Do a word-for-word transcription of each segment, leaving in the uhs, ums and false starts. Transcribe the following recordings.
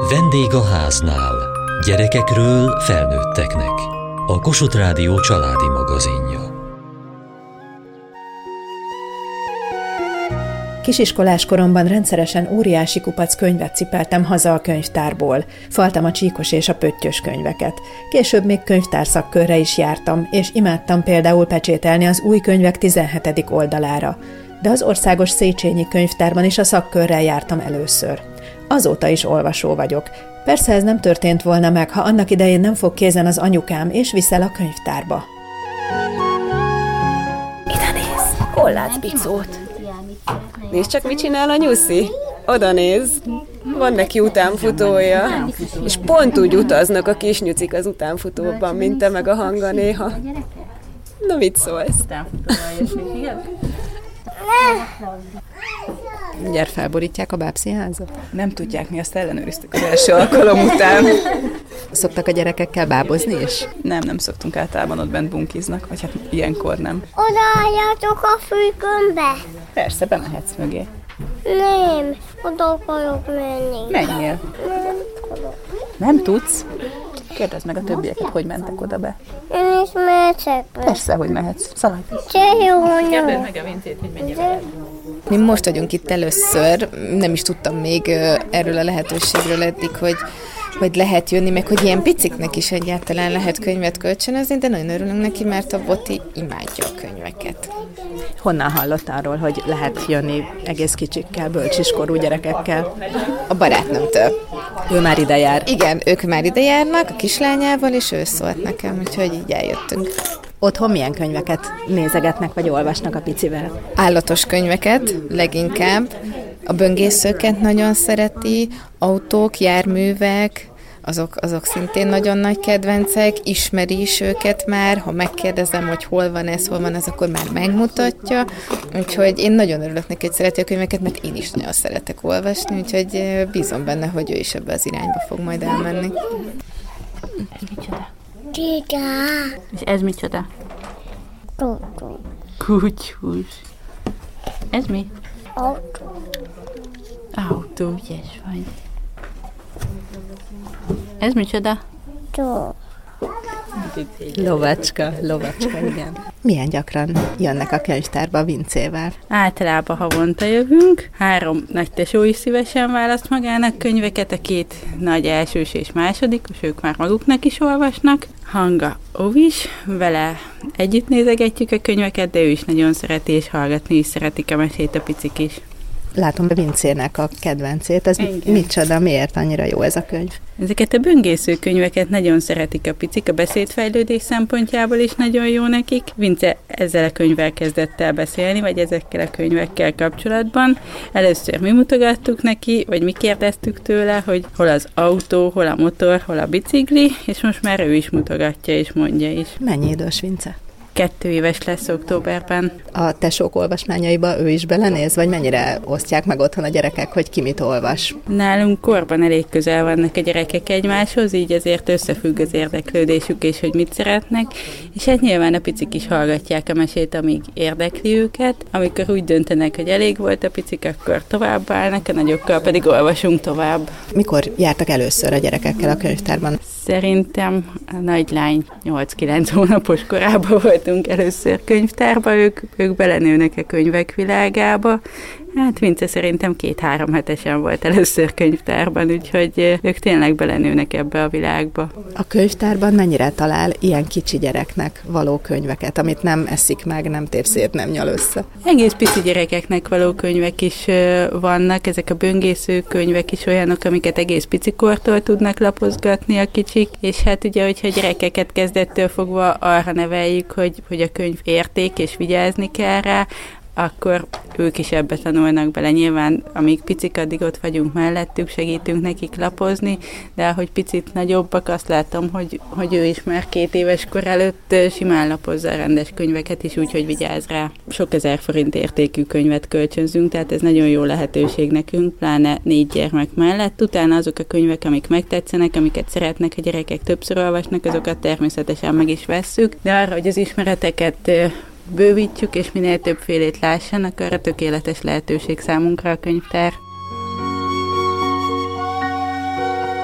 Vendég a háznál. Gyerekekről felnőtteknek. A Kossuth Rádió családi magazinja. Kisiskolás koromban rendszeresen óriási kupac könyvet cipeltem haza a könyvtárból. Faltam a csíkos és a pöttyös könyveket. Később még könyvtárszakkörre is jártam, és imádtam például pecsételni az új könyvek tizenhetedik oldalára. De az Országos Széchenyi Könyvtárban is a szakkörrel jártam először. Azóta is olvasó vagyok. Persze ez nem történt volna meg, ha annak idején nem fog kézen az anyukám, és viszel a könyvtárba. Ide nézz! Hol látsz Picót? Nézd csak, mit csinál a nyuszi. Oda néz. Van neki utánfutója. És pont úgy utaznak a kis nyucik az utánfutóban, mint te meg a Hanga néha. Na, mit szólsz? Mindjárt felborítják a bábszínházat? Nem tudják, mi azt ellenőriztük az első alkalom után. Szoktak a gyerekekkel bábozni is? Nem, nem szoktunk, általában ott bent bunkiznak, vagy hát ilyenkor nem. Odaálljátok a függömbe? Persze, bemehetsz mögé. Nem, oda akarok menni. Menjél. Nem. Nem tudsz? Kérdezd meg a többieket, hogy mentek oda be. Én is mehetek be. Persze, hogy mehetsz. Szaladj. Cseh jó, Kérdezd meg a Vincét, hogy menjél veled. Mi most vagyunk itt először, nem is tudtam még erről a lehetőségről eddig, hogy, hogy lehet jönni, meg hogy ilyen piciknek is egyáltalán lehet könyvet kölcsönözni, de nagyon örülünk neki, mert a Boti imádja a könyveket. Honnan hallott arról, hogy lehet jönni egész kicsikkel, bölcsiskorú gyerekekkel? A barátnőmtől. Ő már ide jár. Igen, ők már ide járnak a kislányával, és ő szólt nekem, úgyhogy így eljöttünk. Otthon milyen könyveket nézegetnek, vagy olvasnak a picivel? Állatos könyveket leginkább. A böngészőket nagyon szereti, autók, járművek, azok, azok szintén nagyon nagy kedvencek, ismeri is őket már, ha megkérdezem, hogy hol van ez, hol van ez, akkor már megmutatja, úgyhogy én nagyon örülök neki, hogy szereti a könyveket, mert én is nagyon szeretek olvasni, úgyhogy bízom benne, hogy ő is ebbe az irányba fog majd elmenni. Csiga. És ez micsoda? Kutyus. Kutyus. Ez mi? Autó. Autó, ügyes vagy. Ez micsoda? Tó. Lovacska, lovacska, igen. Milyen gyakran jönnek a könyvtárba Vincével? Általában havonta jövünk. Három nagy tesó is szívesen választ magának könyveket, a két nagy elsős és másodikos, ők már maguknak is olvasnak. Hanga Ovis, vele együtt nézegetjük a könyveket, de ő is nagyon szereti, és hallgatni is szeretik a mesét a picik is. Látom Vincének a kedvencét. Ez Igen. micsoda, miért annyira jó ez a könyv? Ezeket a böngésző könyveket nagyon szeretik a picik, a beszédfejlődés szempontjából is nagyon jó nekik. Vince ezzel a könyvvel kezdett el beszélni, vagy ezekkel a könyvekkel kapcsolatban. Először mi mutogattuk neki, vagy mi kérdeztük tőle, hogy hol az autó, hol a motor, hol a bicikli, és most már ő is mutogatja és mondja is. Mennyi idős Vince? Kettő éves lesz októberben. A tesók olvasmányaiba ő is belenéz, vagy mennyire osztják meg otthon a gyerekek, hogy ki mit olvas? Nálunk korban elég közel vannak a gyerekek egymáshoz, így ezért összefügg az érdeklődésük, és hogy mit szeretnek, és hát nyilván a picik is hallgatják a mesét, amíg érdekli őket. Amikor úgy döntenek, hogy elég volt a picik, akkor tovább állnak, a nagyokkal pedig olvasunk tovább. Mikor jártak először a gyerekekkel a könyvtárban? Szerintem a nagylány nyolc-kilenc hónapos korában voltunk először könyvtárba, ők, ők belenőnek a könyvek világába. Hát Vince szerintem két-három hetesen volt először könyvtárban, úgyhogy ők tényleg belenőnek ebbe a világba. A könyvtárban mennyire talál ilyen kicsi gyereknek való könyveket, amit nem eszik meg, nem tér szét, nem nyal össze? Egész pici gyerekeknek való könyvek is vannak, ezek a böngésző könyvek is olyanok, amiket egész picikortól tudnak lapozgatni a kicsik, és hát ugye, hogyha gyerekeket kezdettől fogva arra neveljük, hogy, hogy a könyv érték és vigyázni kell rá, akkor ők is ebbe tanulnak bele. Nyilván, amíg picik, addig ott vagyunk mellettük, segítünk nekik lapozni, de ahogy picit nagyobbak, azt látom, hogy, hogy ő is már két éves kor előtt simán lapozza a rendes könyveket is, úgyhogy vigyáz rá. Sok ezer forint értékű könyvet kölcsönzünk, tehát ez nagyon jó lehetőség nekünk, pláne négy gyermek mellett. Utána azok a könyvek, amik megtetszenek, amiket szeretnek, a gyerekek többször olvasnak, azokat természetesen meg is vesszük, de arra, hogy az ismereteket bővítjük, és minél többfélét lássanak, arra tökéletes lehetőség számunkra a könyvtár.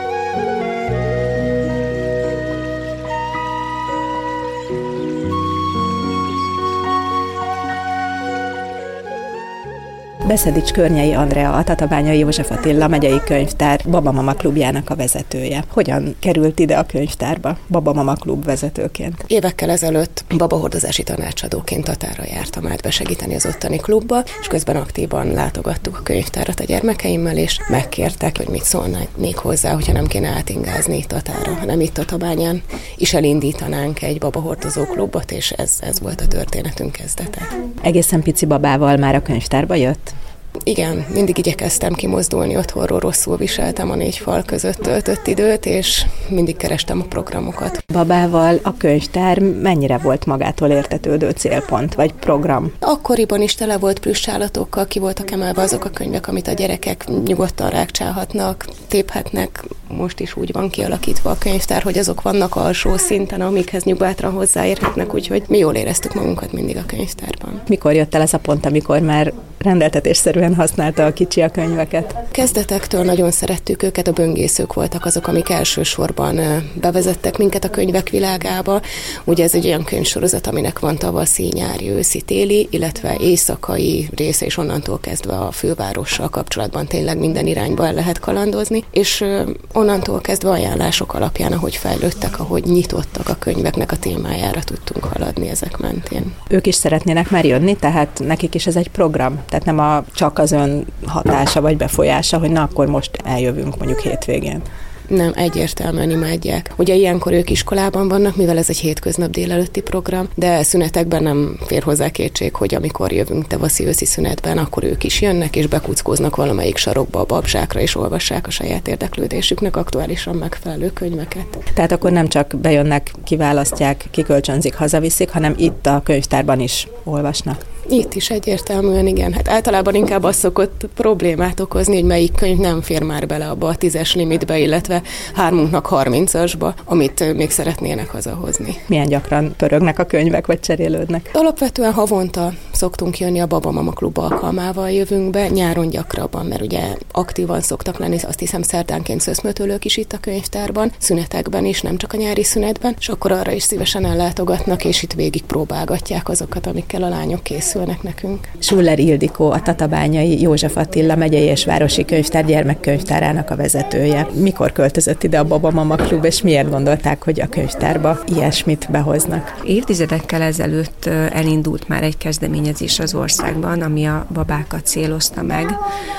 Beszedics Környei Andrea, a Tatabányai József Attila megyei könyvtár Babamama klubjának a vezetője. Hogyan került ide a könyvtárba Babamama klub vezetőként? Évekkel ezelőtt babahordozási tanácsadóként Tatára jártam át besegíteni az ottani klubba, és közben aktívan látogattuk a könyvtárat a gyermekeimmel, és megkértek, hogy mit szólnék hozzá, hogyha nem kéne átingázni Tatára, hanem itt Tatabányán is elindítanánk egy babahordozó klubot, és ez, ez volt a történetünk kezdete. Egészen pici babával már a könyvtárba jött? Igen, mindig igyekeztem kimozdulni otthonról, rosszul viseltem a négy fal között töltött időt, és mindig kerestem a programokat. Babával a könyvtár mennyire volt magától értetődő célpont, vagy program? Akkoriban is tele volt plüssállatokkal, ki voltak emelve azok a könyvek, amit a gyerekek nyugodtan rákcsálhatnak, téphetnek. Most is úgy van kialakítva a könyvtár, hogy azok vannak alsó szinten, amikhez nyugodtan hozzáérhetnek, úgyhogy mi jól éreztük magunkat mindig a könyvtárban. Mikor jött el ez a pont, amikor már rendeltetésszerűen használta a kicsi a könyveket? Kezdetektől nagyon szerettük őket, a böngészők voltak azok, amik elsősorban bevezettek minket a könyvek világába. Ugye ez egy olyan könyvsorozat, aminek van tavaszi, nyári, őszi, téli, illetve éjszakai része, és onnantól kezdve a fővárossal kapcsolatban tényleg minden irányba el lehet kalandozni, és onnantól kezdve ajánlások alapján, ahogy fejlődtek, ahogy nyitottak a könyveknek a témájára, tudtunk haladni ezek mentén. Ők is szeretnének már jönni, tehát nekik is ez egy program? Tehát nem a, csak az ön hatása vagy befolyása, hogy na akkor most eljövünk mondjuk hétvégén. Nem, egyértelműen imádják. Ugye ilyenkor ők iskolában vannak, mivel ez egy hétköznap délelőtti program, de szünetekben nem fér hozzá kétség, hogy amikor jövünk tavaszi-őszi szünetben, akkor ők is jönnek, és bekuckóznak valamelyik sarokba a babzsákra, és olvassák a saját érdeklődésüknek aktuálisan megfelelő könyveket. Tehát akkor nem csak bejönnek, kiválasztják, kikölcsönzik, hazaviszik, hanem itt a könyvtárban is olvasnak. Itt is egyértelműen, igen. Hát általában inkább az szokott problémát okozni, hogy melyik könyv nem fér már bele abba a tízes limitbe, illetve hármunknak harmincasba, amit még szeretnének hazahozni. Milyen gyakran pörögnek a könyvek, vagy cserélődnek? Alapvetően havonta szoktunk jönni, a Babamama klub alkalmával jövünk be, nyáron gyakrabban, mert ugye aktívan szoktak lenni, azt hiszem szerdánként szöszmötőlők is itt a könyvtárban, szünetekben is, nem csak a nyári szünetben, és akkor arra is szívesen ellátogatnak, és itt végig próbálgatják azokat, amikkel a lányok készülnek nekünk. Schuller Ildikó, a Tatabányai József Attila megyei és városi könyvtár gyermekkönyvtárának a vezetője. Mikor költözött ide a Babamama klub, és miért gondolták, hogy a könyvtárba ilyesmit behoznak? Évtizedekkel ezelőtt elindult már egy kezdeményezés az országban, ami a babákat célozta meg,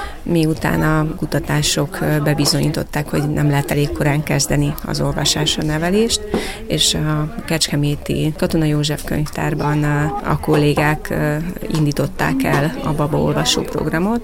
miután a kutatások bebizonyították, hogy nem lehet elég korán kezdeni az olvasásra nevelést, és a kecskeméti Katona József könyvtárban a kollégák indították el a babaolvasó programot,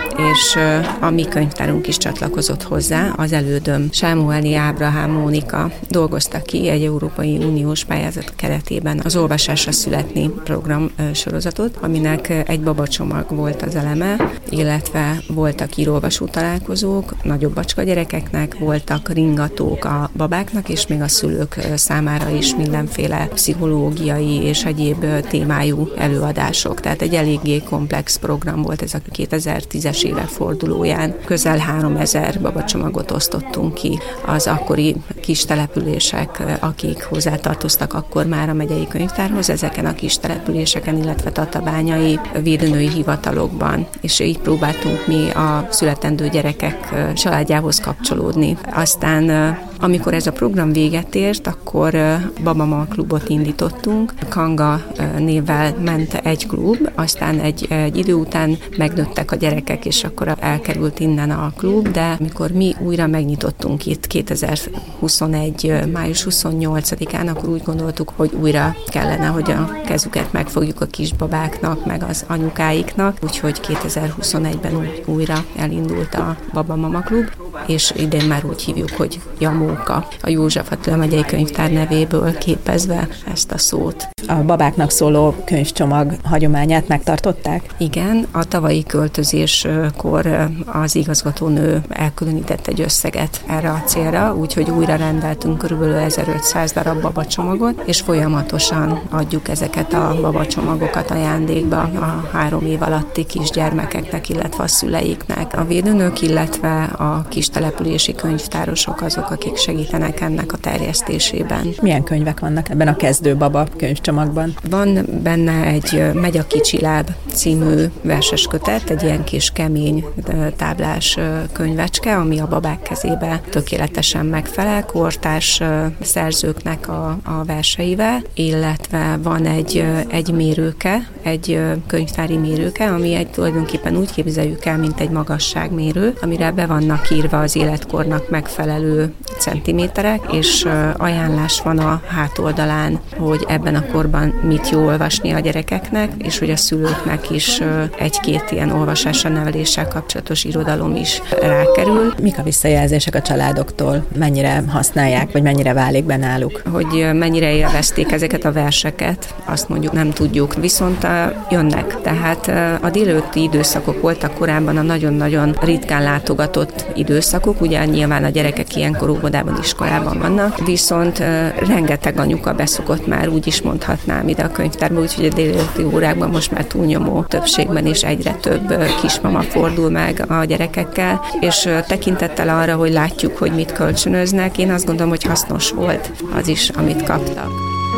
és a mi könyvtárunk is csatlakozott hozzá. Az elődöm Sámueli Ábrahám Mónika dolgozta ki egy Európai Uniós pályázat keretében az Olvasásra születni program sorozatot, aminek egy babacsomag volt az eleme, illetve voltak írólvasó találkozók, nagyobb bacska gyerekeknek, voltak ringatók a babáknak, és még a szülők számára is mindenféle pszichológiai és egyéb témájú előadások. Tehát egy eléggé komplex program volt ez a kétezer-tízes évek fordulóján. Közel háromezer babacsomagot osztottunk ki az akkori kis települések, akik hozzátartoztak akkor már a megyei könyvtárhoz, ezeken a kis településeken, illetve tatabányai védőnői hivatalokban, és így próbáltunk mi a születendő gyerekek családjához kapcsolódni. Aztán amikor ez a program véget ért, akkor Babamama klubot indítottunk. Kanga névvel ment egy klub, aztán egy, egy idő után megnőttek a gyerekek, és akkor elkerült innen a klub, de amikor mi újra megnyitottunk itt kétezer-huszonegy. május huszonnyolcadikán, akkor úgy gondoltuk, hogy újra kellene, hogy a kezüket megfogjuk a kisbabáknak, meg az anyukáiknak, úgyhogy kétezer-huszonegyben úgy újra elindult a Babamama klub, és idén már úgy hívjuk, hogy Jamóka, a József Attila megyei könyvtár nevéből képezve ezt a szót. A babáknak szóló könyvcsomag hagyományát megtartották? Igen, a tavalyi költözéskor az igazgatónő elkülönített egy összeget erre a célra, úgyhogy újra rendeltünk körülbelül ezerötszáz darab babacsomagot, és folyamatosan adjuk ezeket a babacsomagokat ajándékba a három év alatti kisgyermekeknek, illetve a szüleiknek. A védőnők, illetve a kis kis települési könyvtárosok azok, akik segítenek ennek a terjesztésében. Milyen könyvek vannak ebben a kezdőbaba könyvcsomagban? Van benne egy Megy a kicsi láb című verses kötet, egy ilyen kis kemény táblás könyvecske, ami a babák kezébe tökéletesen megfelel, kortárs szerzőknek a, a verseivel, illetve van egy, egy mérőke, egy könyvtári mérőke, ami egy tulajdonképpen úgy képzeljük el, mint egy magasságmérő, amire be vannak írva az életkornak megfelelő centiméterek, és ajánlás van a hátoldalán, hogy ebben a korban mit jó olvasni a gyerekeknek, és hogy a szülőknek is egy-két ilyen olvasással, neveléssel kapcsolatos irodalom is rákerül. Mik a visszajelzések a családoktól? Mennyire használják, vagy mennyire válik be náluk? Hogy mennyire élvezték ezeket a verseket, azt mondjuk nem tudjuk, viszont jönnek. Tehát a délelőtti időszakok voltak korábban a nagyon-nagyon ritkán látogatott időszakok, ugye nyilván a gyerekek ilyenkor óvodában, iskolában vannak, viszont rengeteg anyuka beszokott már, úgy is mondhatnám ide a könyvtárba, úgyhogy a délelőtti órákban most már túlnyomó többségben is egyre több kismama fordul meg a gyerekekkel, és tekintettel arra, hogy látjuk, hogy mit kölcsönöznek, én azt gondolom, hogy hasznos volt az is, amit kaptak.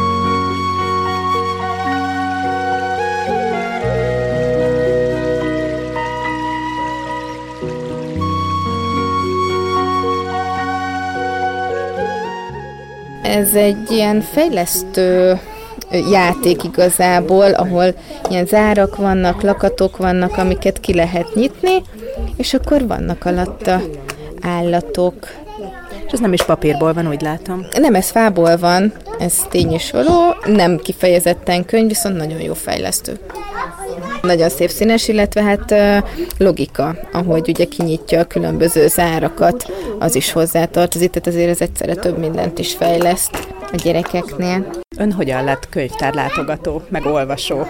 Ez egy ilyen fejlesztő játék igazából, ahol ilyen zárak vannak, lakatok vannak, amiket ki lehet nyitni, és akkor vannak alatta állatok. És ez nem is papírból van, úgy látom. Nem, ez fából van, ez tény és való, nem kifejezetten könyv, viszont nagyon jó fejlesztő. Nagyon szép színes, illetve hát logika, ahogy ugye kinyitja a különböző zárakat, az is hozzátartozik, tehát azért ez egyszerre több mindent is fejleszt a gyerekeknél. Ön hogyan lett könyvtárlátogató, meg olvasó?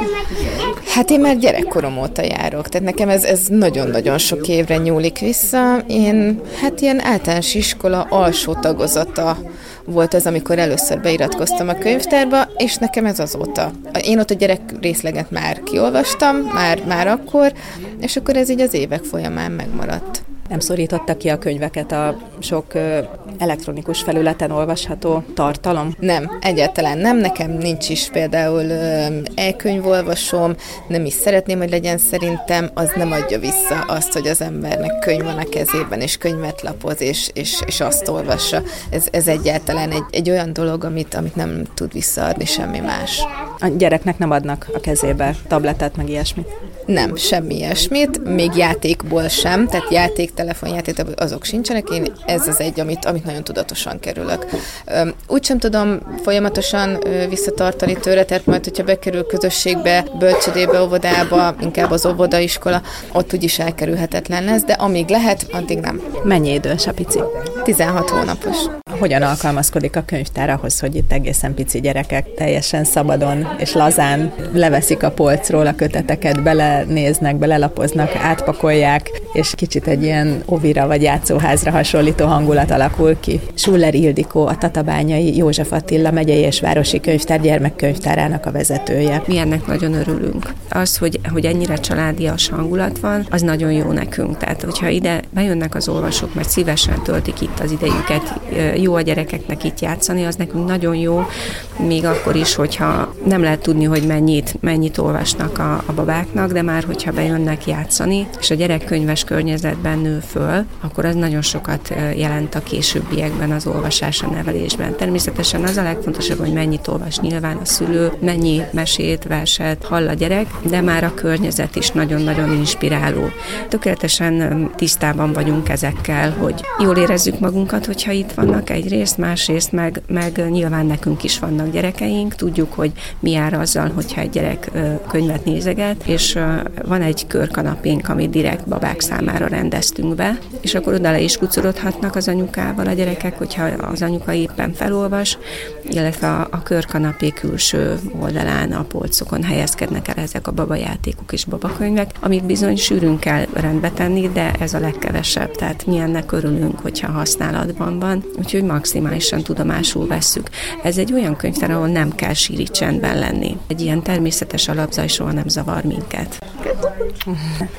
Hát én már gyerekkorom óta járok, tehát nekem ez, ez nagyon-nagyon sok évre nyúlik vissza. Én hát ilyen általános iskola alsó tagozata volt az, amikor először beiratkoztam a könyvtárba, és nekem ez azóta. Én ott a gyerek részleget már kiolvastam, már, már akkor, és akkor ez így az évek folyamán megmaradt. Nem szorította ki a könyveket a sok ö, elektronikus felületen olvasható tartalom? Nem, egyáltalán nem. Nekem nincs is például ö, e-könyvolvasom, nem is szeretném, hogy legyen, szerintem, az nem adja vissza azt, hogy az embernek könyv van a kezében, és könyvet lapoz, és, és, és azt olvassa. Ez, ez egyáltalán egy, egy olyan dolog, amit, amit nem tud visszaadni semmi más. A gyereknek nem adnak a kezébe tabletet, meg ilyesmit? Nem, semmi ilyesmit, még játékból sem, tehát játék, telefonjáték, azok sincsenek, én ez az egy, amit, amit nagyon tudatosan kerülök. Úgy sem tudom folyamatosan visszatartani tőle, tehát majd, hogyha bekerül közösségbe, bölcsödébe, óvodába, inkább az óvodaiskola, ott úgyis elkerülhetetlen lesz, de amíg lehet, addig nem. Mennyi idős a pici? tizenhat hónapos. Hogyan alkalmazkodik a könyvtár ahhoz, hogy itt egészen pici gyerekek teljesen szabadon és lazán leveszik a polcról a köteteket, belenéznek, belelapoznak, átpakolják, és kicsit egy ilyen ovira vagy játszóházra hasonlító hangulat alakul ki. Schuller Ildikó, a Tatabányai József Attila megyei és városi könyvtár gyermekkönyvtárának a vezetője. Mi ennek nagyon örülünk. Az, hogy, hogy ennyire családias hangulat van, az nagyon jó nekünk. Tehát, hogyha ide bejönnek az olvasók, mert szívesen töltik itt az idejüket, jó a gyerekeknek itt játszani, az nekünk nagyon jó, még akkor is, hogyha nem lehet tudni, hogy mennyit, mennyit olvasnak a, a babáknak, de már, hogyha bejönnek játszani, és a gyerekkönyves környezetben nő föl, akkor az nagyon sokat jelent a későbbiekben az olvasás, a nevelésben. Természetesen az a legfontosabb, hogy mennyit olvas nyilván a szülő, mennyi mesét, verset hall a gyerek, de már a környezet is nagyon-nagyon inspiráló. Tökéletesen tisztában vagyunk ezekkel, hogy jól érezzük magunkat, hogyha itt vannak egyrészt, másrészt meg, meg nyilván nekünk is vannak gyerekeink, tudjuk, hogy mi jár azzal, hogyha egy gyerek könyvet nézeget, és van egy körkanapénk, amit direkt babák számára rendeztünk be, és akkor oda le is kucorodhatnak az anyukával a gyerekek, hogyha az anyuka éppen felolvas, illetve a, a körkanapé külső oldalán a polcokon helyezkednek el ezek a babajátékok és babakönyvek, amit bizony sűrűn kell rendbe tenni, de ez a legkevesebb, tehát mi ennek örülünk, hogyha használatban van, úgyhogy maximálisan tudomásul vesszük. Ez egy olyan könyvtár, ahol nem kell síri csendben lenni. Egy ilyen természetes alapzaj soha nem zavar minket.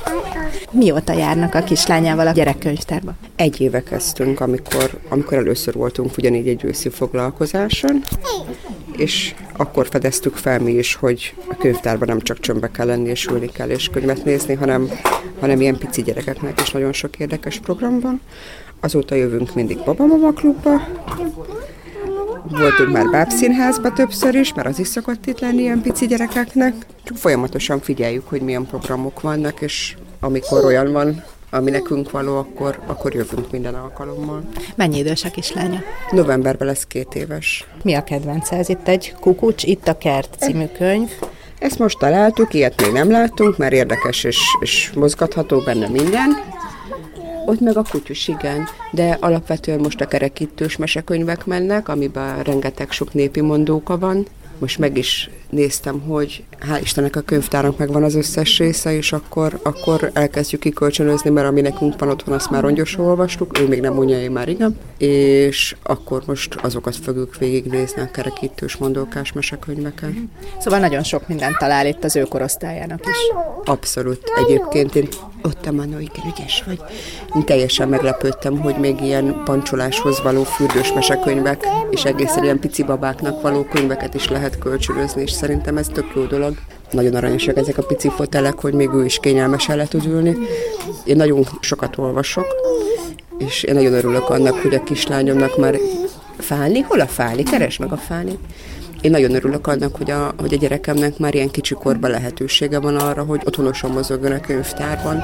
Mióta járnak a kislányával a gyerekkönyvtárba? Egy éve kezdtünk, amikor, amikor először voltunk ugyanígy egy őszi foglalkozáson, és akkor fedeztük fel mi is, hogy a könyvtárban nem csak csömbbe kell lenni, és ülni kell, és könyvet nézni, hanem, hanem ilyen pici gyerekeknek is nagyon sok érdekes program van. Azóta jövünk mindig Baba-Mama klubba. Voltunk már bábszínházba többször is, mert az is szokott itt lenni ilyen pici gyerekeknek. Csak folyamatosan figyeljük, hogy milyen programok vannak, és amikor olyan van, ami nekünk való, akkor, akkor jövünk minden alkalommal. Mennyi idős a kislánya? Novemberben lesz két éves. Mi a kedvence? Ez itt egy Kukucs, itt a kert című könyv. Ezt most találtuk, ilyet még nem láttunk, mert érdekes és, és mozgatható benne minden. Ott meg a kutyus, igen, de alapvetően most a kerekítős mesekönyvek mennek, amiben rengeteg sok népi mondóka van. Most meg is néztem, hogy hál' Istennek a könyvtárnak megvan az összes része, és akkor, akkor elkezdjük kikölcsönözni, mert ami nekünk van otthon, azt már rongyosról olvastuk, ő még nem mondja, én már igen, és akkor most azokat fogjuk végignézni, a kerekítős mondókás mesekönyveket. Szóval nagyon sok mindent talál itt az ő korosztályának is. Abszolút. Egyébként én ott a Manó, igen, ügyes vagy. Én teljesen meglepődtem, hogy még ilyen pancsoláshoz való fürdős mesekönyvek, és egészen ilyen pici babáknak való könyveket is lehet kölcsönözni, és szerintem ez tök jó dolog. Nagyon aranyosak ezek a pici fotelek, hogy még ő is kényelmesen le tud ülni. Én nagyon sokat olvasok, és én nagyon örülök annak, hogy a kislányomnak már Fáni, hol a Fáni? Keresd meg a Fáni. Én nagyon örülök annak, hogy a, hogy a gyerekemnek már ilyen kicsi korban lehetősége van arra, hogy otthonosan mozogjon a könyvtárban.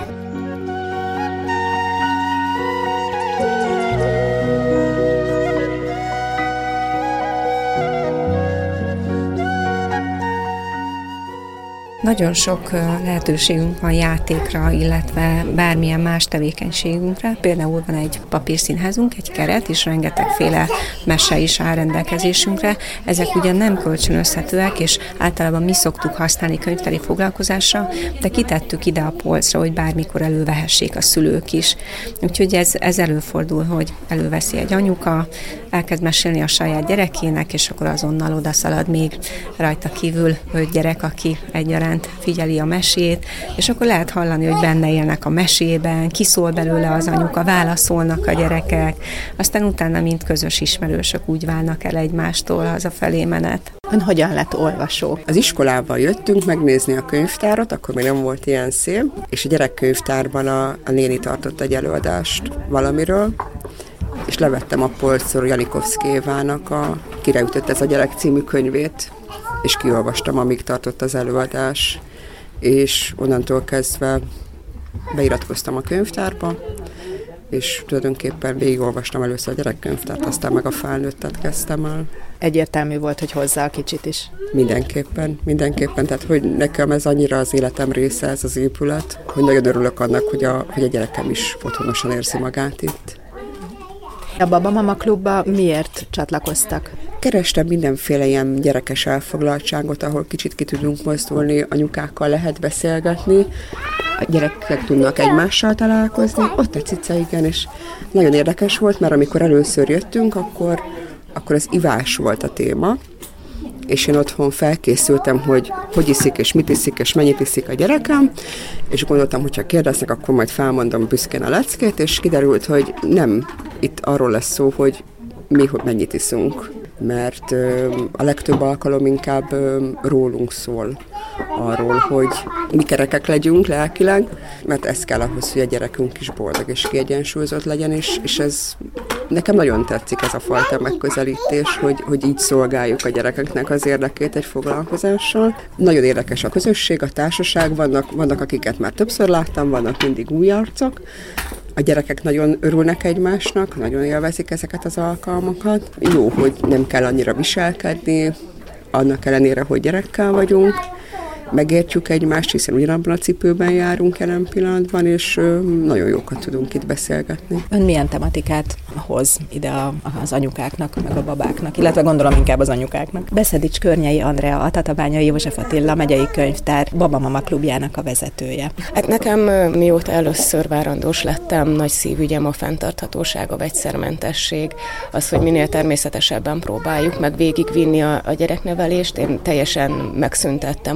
Nagyon sok lehetőségünk van játékra, illetve bármilyen más tevékenységünkre. Például van egy papírszínházunk, egy keret, és rengetegféle mese is áll rendelkezésünkre. Ezek ugyan nem kölcsönözhetőek, és általában mi szoktuk használni könyvtári foglalkozásra, de kitettük ide a polcra, hogy bármikor elővehessék a szülők is. Úgyhogy ez, ez előfordul, hogy előveszi egy anyuka, elkezd mesélni a saját gyerekének, és akkor azonnal odaszalad még rajta kívül öt gyerek, aki egyaránt figyeli a mesét, és akkor lehet hallani, hogy benne élnek a mesében, kiszól belőle az anyuka, válaszolnak a gyerekek, aztán utána mind közös ismerősök úgy válnak el egymástól hazafelé menet. Ön hogyan lett olvasó? Az iskolával jöttünk megnézni a könyvtárat, akkor még nem volt ilyen szép, és a gyerekkönyvtárban a, a néni tartott egy előadást valamiről, és levettem a polcról Janikovszky Évának a Kire ütött ez a gyerek című könyvét, és kiolvastam, amíg tartott az előadás, és onnantól kezdve beiratkoztam a könyvtárba, és tulajdonképpen végigolvastam először a gyerekkönyvtárt, aztán meg a felnőttet kezdtem el. Egyértelmű volt, hogy hozzá a kicsit is. Mindenképpen, mindenképpen, tehát hogy nekem ez annyira az életem része, ez az épület, hogy nagyon örülök annak, hogy a, hogy a gyerekem is otthonosan érzi magát itt. A Baba-Mama klubba miért csatlakoztak? Kerestem mindenféle ilyen gyerekes elfoglaltságot, ahol kicsit ki tudunk mozdulni, anyukákkal lehet beszélgetni, a gyerekek tudnak egymással találkozni. Ott a cica, igen, és nagyon érdekes volt, mert amikor először jöttünk, akkor, akkor az ivás volt a téma, és én otthon felkészültem, hogy hogy iszik, és mit iszik, és mennyit iszik a gyerekem, és gondoltam, hogy ha kérdeznek, akkor majd felmondom büszkén a leckét, és kiderült, hogy nem itt arról lesz szó, hogy mi hogy mennyit iszunk, mert ö, a legtöbb alkalom inkább ö, rólunk szól, arról, hogy mi kerekek legyünk lelkileg, mert ez kell ahhoz, hogy a gyerekünk is boldog és kiegyensúlyozott legyen, és, és ez nekem nagyon tetszik ez a fajta megközelítés, hogy, hogy így szolgáljuk a gyerekeknek az érdekét egy foglalkozással. Nagyon érdekes a közösség, a társaság, vannak, vannak akiket már többször láttam, vannak mindig új arcok. A gyerekek nagyon örülnek egymásnak, nagyon élvezik ezeket az alkalmakat. Jó, hogy nem kell annyira viselkedni, annak ellenére, hogy gyerekkel vagyunk, megértjük egymást, hiszen ugyanabban a cipőben járunk jelen pillanatban, és nagyon jókat tudunk itt beszélgetni. Ön milyen tematikát hoz ide a, az anyukáknak, meg a babáknak, illetve gondolom inkább az anyukáknak? Beszedics Környei Andrea, a Tatabányai József Attila megyei könyvtár Baba-Mama klubjának a vezetője. Hát nekem, mióta először várandós lettem, nagy szívügyem a fenntarthatóság, a vegyszermentesség, az, hogy minél természetesebben próbáljuk meg végigvinni a, a gyereknevelést. Én teljesen megszüntettem a vegyszerek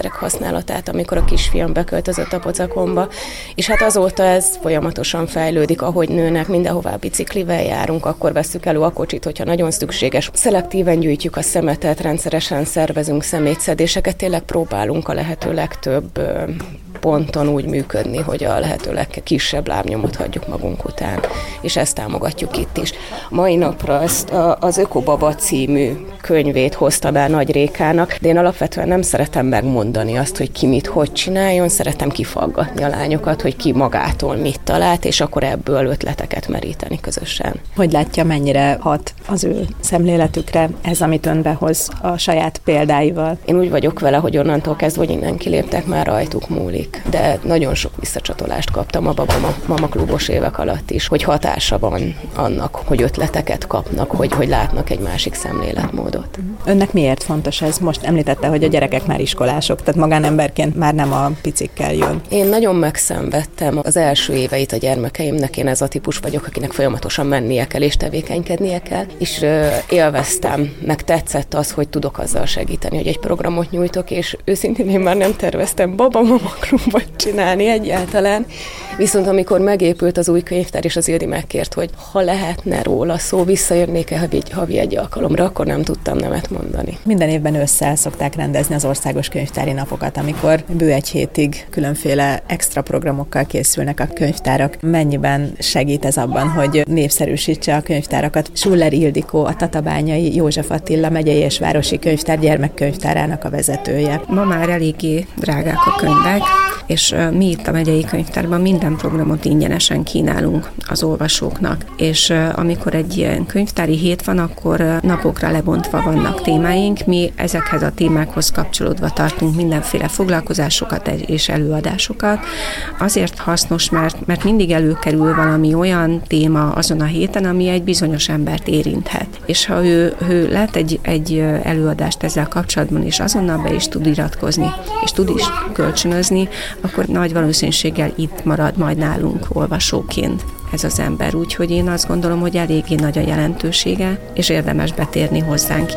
gyerekek használatát, amikor a kisfiam beköltözött a pocakomba, és hát azóta ez folyamatosan fejlődik, ahogy nőnek, mindenhová biciklivel járunk, akkor vesszük elő a kocsit, hogyha nagyon szükséges. Szelektíven gyűjtjük a szemetet, rendszeresen szervezünk szemétszedéseket, tényleg próbálunk a lehető legtöbb ponton úgy működni, hogy a lehető legkisebb lábnyomot hagyjuk magunk után, és ezt támogatjuk itt is. Mai napra ezt a, az Ökobaba című könyvét hozta be Nagy Rékának, de én alapvetően nem szeretem megmondani azt, hogy ki mit, hogy csináljon, szeretem kifaggatni a lányokat, hogy ki magától mit talált, és akkor ebből ötleteket meríteni közösen. Hogy látja, mennyire hat az ő szemléletükre ez, amit ön behoz a saját példáival? Én úgy vagyok vele, hogy onnantól kezdve, hogy innen kiléptek, már rajtuk múlik. De nagyon sok visszacsatolást kaptam a Baba Mama klubos évek alatt is, hogy hatása van annak, hogy ötleteket kapnak, hogy, hogy látnak egy másik szemléletmódot. Önnek miért fontos ez? Most említette, hogy a gyerekek már iskolások, tehát magánemberként már nem a picikkel jön. Én nagyon megszenvedtem az első éveit a gyermekeimnek, én ez a típus vagyok, akinek folyamatosan mennie kell és tevékenykednie kell, és ö, élveztem, meg tetszett az, hogy tudok azzal segíteni, hogy egy programot nyújtok, és őszintén én már nem terveztem Baba Mama klubot csinálni egyáltalán, viszont amikor megépült az új könyvtár, és az Ildi megkért, hogy ha lehetne róla szó, visszaérnék-e havi, havi egy alkalomra, akkor nem tudtam nemet mondani. Minden évben ősszel szokták rendezni az országos könyvtári napokat, amikor bő egy hétig különféle extra programokkal készülnek a könyvtárak. Mennyiben segít ez abban, hogy népszerűsítse a könyvtárakat? Schuller Ildikó, a Tatabányai József Attila megyei és városi könyvtár gyermekkönyvtárának a vezetője. Ma már eléggé drágák a könyvek, és mi itt a megyei könyvtárban minden programot ingyenesen kínálunk az olvasóknak, és amikor egy ilyen könyvtári hét van, akkor napokra lebontva vannak témáink, mi ezekhez a témákhoz kapcsolódva tartunk mindenféle foglalkozásokat és előadásokat. Azért hasznos, mert, mert mindig előkerül valami olyan téma azon a héten, ami egy bizonyos embert érinthet. És ha ő, ő lát egy, egy előadást ezzel kapcsolatban, és azonnal be is tud iratkozni, és tud is kölcsönözni, akkor nagy valószínűséggel itt marad majd nálunk olvasóként ez az ember. Úgyhogy én azt gondolom, hogy eléggé nagy a jelentősége, és érdemes betérni hozzánk.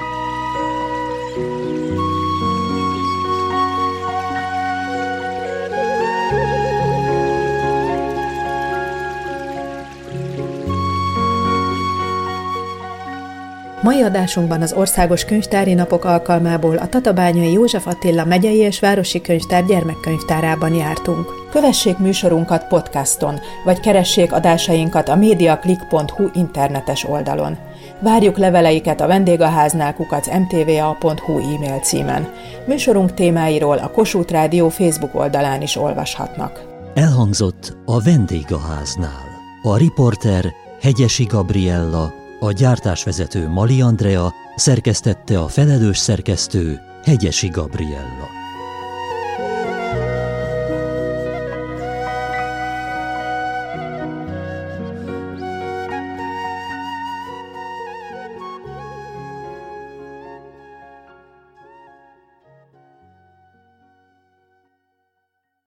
Mai adásunkban az Országos Könyvtári Napok alkalmából a Tatabányai József Attila megyei és városi könyvtár gyermekkönyvtárában jártunk. Kövessék műsorunkat podcaston, vagy keressék adásainkat a mediaclick pont hu internetes oldalon. Várjuk leveleiket a vendégháznál kukac em té vé á pont hu e-mail címen. Műsorunk témáiról a Kossuth Rádió Facebook oldalán is olvashatnak. Elhangzott a vendégháznál. A riporter Hegyesi Gabriella, a gyártásvezető Mali Andrea, szerkesztette a felelős szerkesztő Hegyesi Gabriella.